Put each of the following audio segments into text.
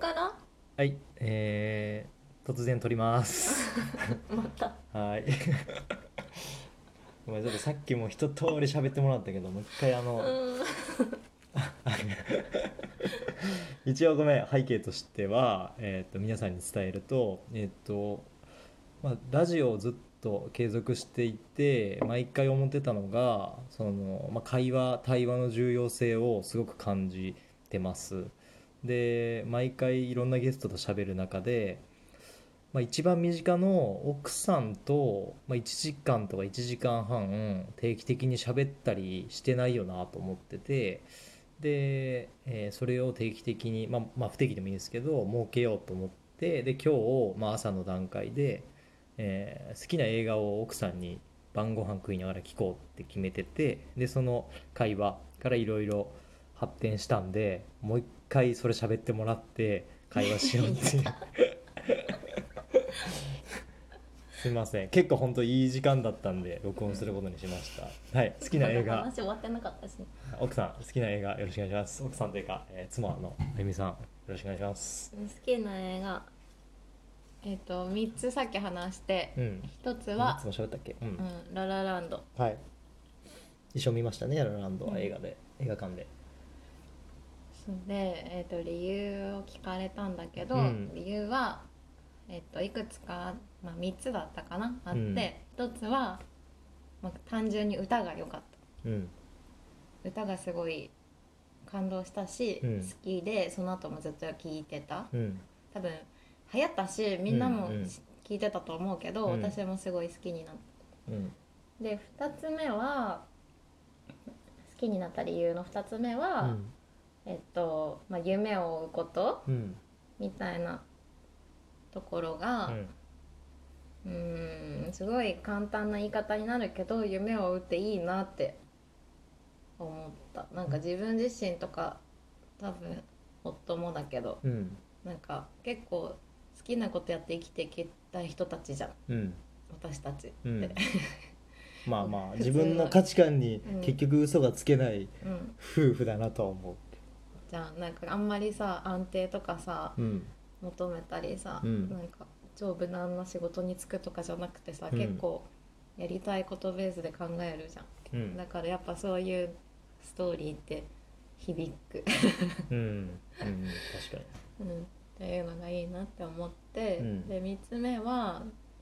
からはい、突然撮りますまたはい。ごめん、ちょっとさっきも一通り喋ってもらったけど、もう一回一応ごめん、背景としては、皆さんに伝えると、ラジオをずっと継続していて、毎回思ってたのが、対話の重要性をすごく感じてます。で、毎回いろんなゲストと喋る中で、一番身近の奥さんと、1時間とか1時間半定期的に喋ったりしてないよなと思ってて、で、それを定期的に、不定期でもいいんですけど設けようと思って、で今日、朝の段階で、好きな映画を奥さんに晩ご飯食いながら聞こうって決めてて、でその会話からいろいろ発展したんで、もう一回それ喋ってもらって会話しようっていう。すみません、結構本当いい時間だったんで録音することにしました。はい、好きなまだ映画。 話終わってなかったし。 奥さん好きな映画よろしくお願いします。奥さんというか、妻のあゆみさんよろしくお願いします。 好きな映画3つさっき話して、 うん、 1ついつは、 も喋ったっけ。うん、 ララランド。 はい、一緒見ましたね、ララランドは映うん画で、映画館で。 そうで、理由を聞かれたんだけど、 うん、 理由は、いくつか、3つだったかなあっうん、 て、1つは、単純に歌が良かった。 うん、 歌がすごい感動したし、 うん、 好きでその後もずっと聴いてた。 うん、 多分流行ったしみうん、うんなもん、 聴いてたと思うけど、 うん、 私もすごい好きになっうん、 た。で2つ目は、好きになった理由の2つ目は、 うん、 夢を追うことうん、 みたいなところが、すごい簡単な言い方になるけど、夢を追うっていいなって思った。なんか自分自身とか、多分夫もだけど、 うん、 なんか結構好きなことやって生きていきたい人たちじゃん、 うん、 私たちって。 うん。まあまあ普通の、 自分の価値観に結局嘘がつけないうん、 夫婦だなとは思じゃあなんかあんまりさ安定とかさう。うん、 求めたりさ、 うん、 なんか超無難な仕事に就くとかじゃなくてさ、 うん、 結構やりたいことベースで考えるじゃん。 うん、 だからやっぱそういうストーリーって響く、 うん、うん、確かうん、っていうのがいいなって思って、 に。うん、 で3つ目は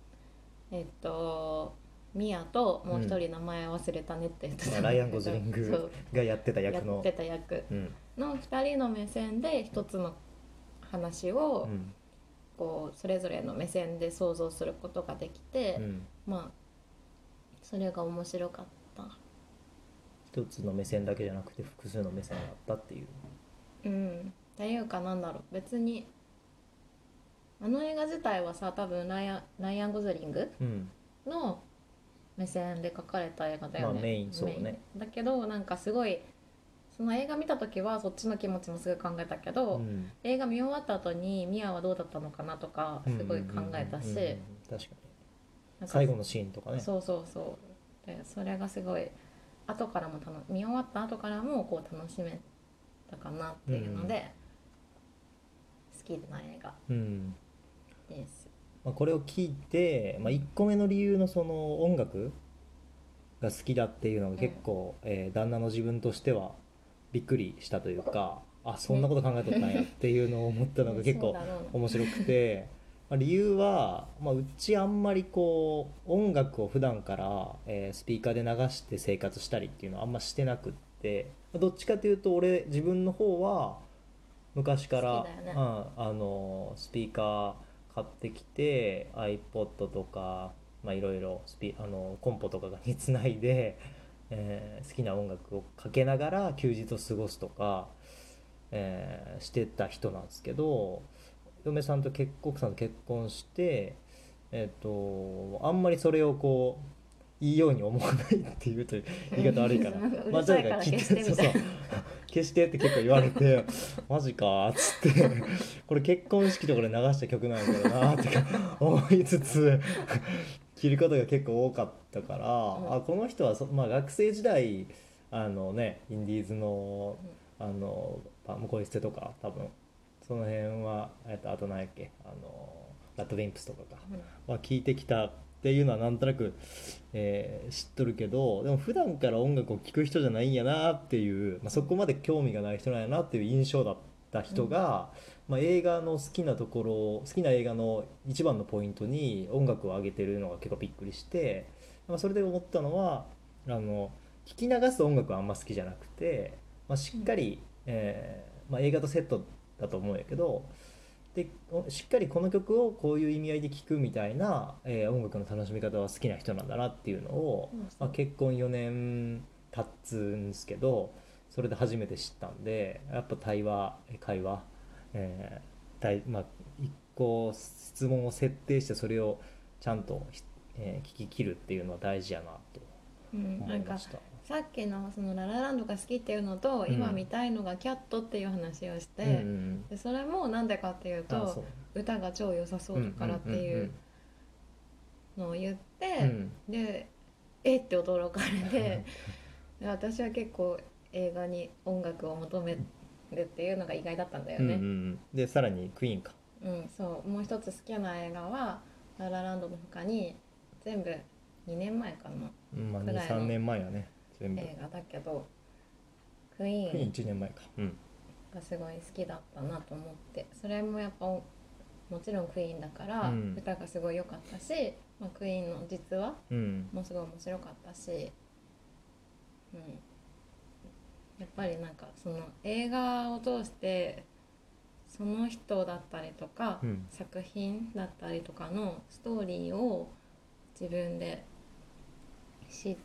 ミアともう一人名前忘れたねって言ってたんだけど、 ライアン・ゴズリングそうがやってたや役の。 ってた役うん、 の2人の目線で一つの話をうん、 こうそれぞれの目線で想像することができて、 うん、 それが面白かった。 一つの目線だけじゃなくて複数の目線があったっていう。 っていうかなんだろう、別にあの映画自体はさ、多分ライアン・ゴズリングうん、 の目線で描かれた映画だよね、 メインそうね。 だけどなんかすごい、その映画見た時はそっちの気持ちもすごい考えたけど、 うん、 映画見終わった後にミアはどうだったのかなとかすごい考えたし、 確かになんか最後のシーンとかね。 そうそうそう、でそれがすごい後からも見終わった後からもこう楽しめたかなっていうので、好きな映画うん、 です。 これを聞いて、1個目の理由のその音楽が好きだっていうのが結構、旦那の自分としてはびっくりしたというか、あ、そんなこと考えとったんやっていうのを思ったのが結構面白くて、理由は、うちあんまりこう音楽を普段から、スピーカーで流して生活したりっていうのはあんましてなくって、どっちかというと俺自分の方は昔から、 好きだよね。 スピーカー買ってきて iPod とか、いろいろコンポとかにつないで、好きな音楽をかけながら休日を過ごすとか、してた人なんですけど、嫁さんと奥さんと結婚して、あんまりそれをこういいように思わないっていうと言い方悪いかな。 うるさいから消してみたいな。 消してって結構言われてマジかっつってこれ結婚式とかで流した曲なんだろうなってか思いつつ着ることが結構多かったから、この人は学生時代インディーズの向こう捨てとか多分その辺は、あと何やっけ、ラッドウィンプスとかは聞いてきたっていうのはなんとなく、知っとるけど、でも普段から音楽を聴く人じゃないんやなっていう、そこまで興味がない人なんやなっていう印象だった人が、映画の好きなところ、好きな映画の一番のポイントに音楽を上げてるのが結構びっくりして、それで思ったのは、聴き流す音楽はあんま好きじゃなくて、しっかり、映画とセットだと思うんやけど、でしっかりこの曲をこういう意味合いで聴くみたいな、音楽の楽しみ方は好きな人なんだなっていうのを、結婚4年経つんですけど、それで初めて知ったんで、やっぱ会話、一個質問を設定してそれをちゃんと、聞き切るっていうのは大事やなと思いました。 さっきのそのララランドが好きっていうのと、今見たいのがキャットっていう話をして、でそれもなんでかっていうと、歌が超良さそうだからっていうのを言って、でえって驚かれてで私は結構映画に音楽を求めるっていうのが意外だったんだよね。 でさらにクイーンか。 そう、もう一つ好きな映画はララランドの他に全部2年前かな、くらいの 3年前やね全部映画だけど、クイーン 1年前か、 がすごい好きだったなと思って、それもやっぱもちろんクイーンだから歌がすごい良かったし、クイーンの実話もすごい面白かったし、やっぱりなんかその映画を通してその人だったりとか、作品だったりとかのストーリーを自分で知って、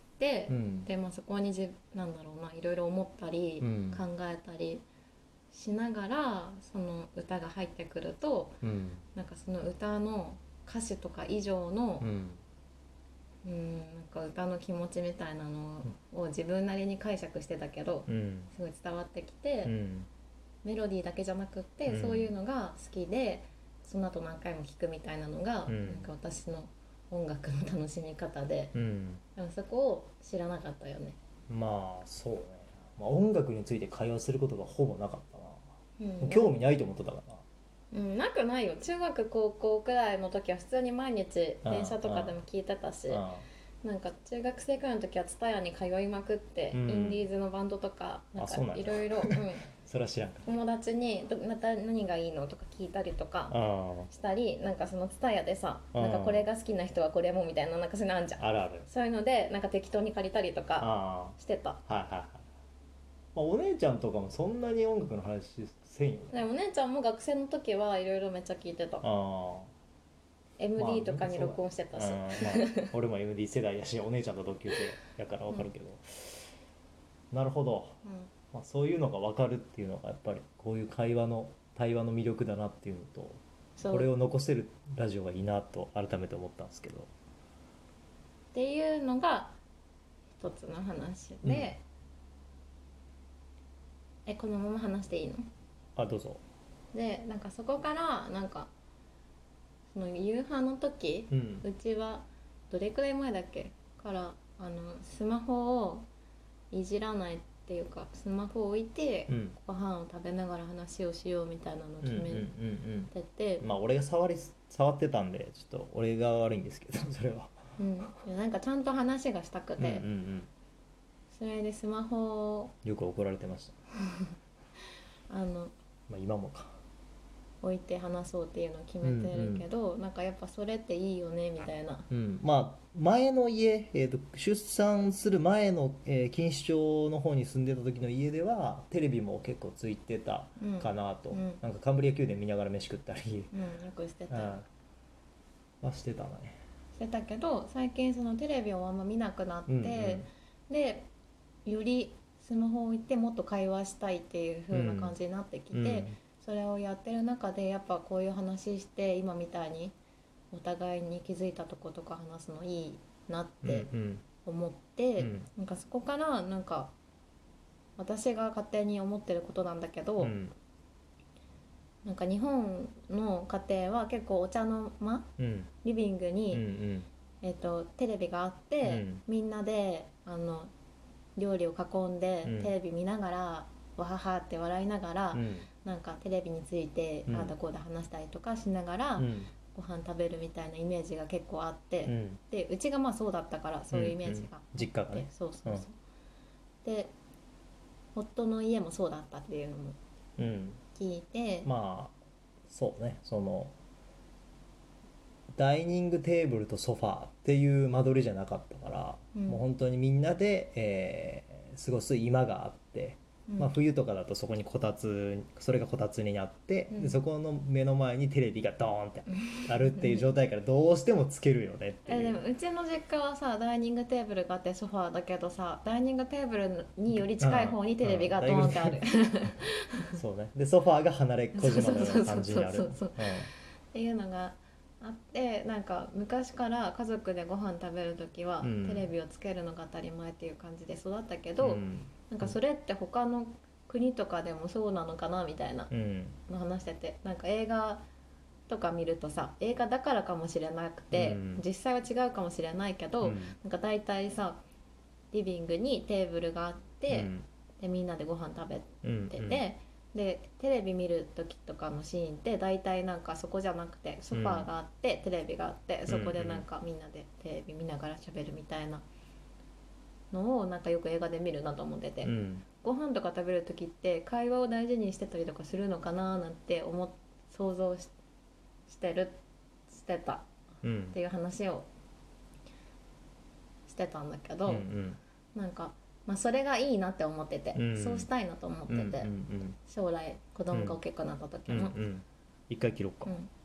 でそこになんだろうな、いろいろ思ったり、考えたりしながらその歌が入ってくると、なんかその歌の歌詞とか以上の、なんか歌の気持ちみたいなのを自分なりに解釈してたけど、すごい伝わってきて、メロディーだけじゃなくって、そういうのが好きでその後何回も聴くみたいなのが、なんか私の音楽の楽しみ方で、でもそこを知らなかったよね。 そうね、音楽について会話することがほぼなかったな、興味ないと思ってたからな。 なくないよ。中学高校くらいの時は普通に毎日電車とかでも聞いてたし、なんか中学生くらいの時はTSUTAYAに通いまくって、インディーズのバンドとかなんかいろいろそれは知らんかった。 友達にまた何がいいのとか聞いたりとかしたり、なんかそのTSUTAYAでさ、なんかこれが好きな人はこれもみたいな、なんかそういうのあんじゃん。 あるある。 そういうのでなんか適当に借りたりとかしてた。 お姉ちゃんとかもそんなに音楽の話せんよね。 でもお姉ちゃんも学生の時はいろいろめっちゃ聞いてた。MD とかに録音してたし、 俺も MD 世代やし、お姉ちゃんと同級生やから分かるけど、なるほど、そういうのが分かるっていうのがやっぱりこういう対話の魅力だなっていうのと、これを残せるラジオがいいなと改めて思ったんですけど、 っていうのが一つの話で、このまま話していいの？ どうぞ。 でなんかそこからなんかその夕飯の時、うちはどれくらい前だっけからスマホをいじらないっていうか、スマホを置いて、ご飯を食べながら話をしようみたいなのを決めてて、 俺が触ってたんでちょっと俺が悪いんですけどそれは、 なんかちゃんと話がしたくて、それでスマホをよく怒られてました今もか置いて話そうっていうのを決めてるけど、なんかやっぱそれっていいよねみたいな、 前の家、出産する前の、錦糸町の方に住んでた時の家ではテレビも結構ついてたかなと、なんかカンブリア宮殿見ながら飯食ったり、 よくしてた、 してたね。 してたけど最近そのテレビをあんま見なくなって、でよりスマホを置いてもっと会話したいっていう風な感じになってきて、それをやってる中でやっぱこういう話して今みたいにお互いに気づいたとことか話すのいいなって思って、なんかそこからなんか私が勝手に思ってることなんだけど、なんか日本の家庭は結構お茶の間、リビングに、テレビがあって、みんなで料理を囲んでテレビ見ながらわははって笑いながら、 うんなんかテレビについてああだこうだ話したりとかしながら、ご飯食べるみたいなイメージが結構あって、でうちがまあそうだったからそういうイメージがあって、 実家がね、 そうそうそう、で夫の家もそうだったっていうのも聞いて、 まあそうね、そのダイニングテーブルとソファーっていう間取りじゃなかったから、もう本当にみんなで、過ごす居間があって、まあ、冬とかだとそこにそれがこたつになって、でそこの目の前にテレビがドーンってあるっていう状態からどうしてもつけるよねっていう。 でもうちの実家はさダイニングテーブルがあってソファーだけどさ、ダイニングテーブルにより近い方にテレビがドーンってあるそうね、でソファーが離れ小島のような感じになるっていうのがあって、なんか昔から家族でご飯食べる時はテレビをつけるのが当たり前っていう感じで育ったけど、なんかそれって他の国とかでもそうなのかなみたいなの話してて、なんか映画とか見るとさ、映画だからかもしれなくて、実際は違うかもしれないけど、なんか大体さリビングにテーブルがあって、でみんなでご飯食べてて、でテレビ見る時とかのシーンって大体なんかそこじゃなくてソファーがあって、テレビがあって、そこでなんかみんなでテレビ見ながら喋るみたいなのをなんかよく映画で見るなと思ってて、ご飯とか食べる時って会話を大事にしてたりとかするのかななんて想像してたっていう話をしてたんだけど、なんかまあ、それがいいなって思ってて、そうしたいなと思ってて、将来子供が大きくなった時も、 一回切ろうか、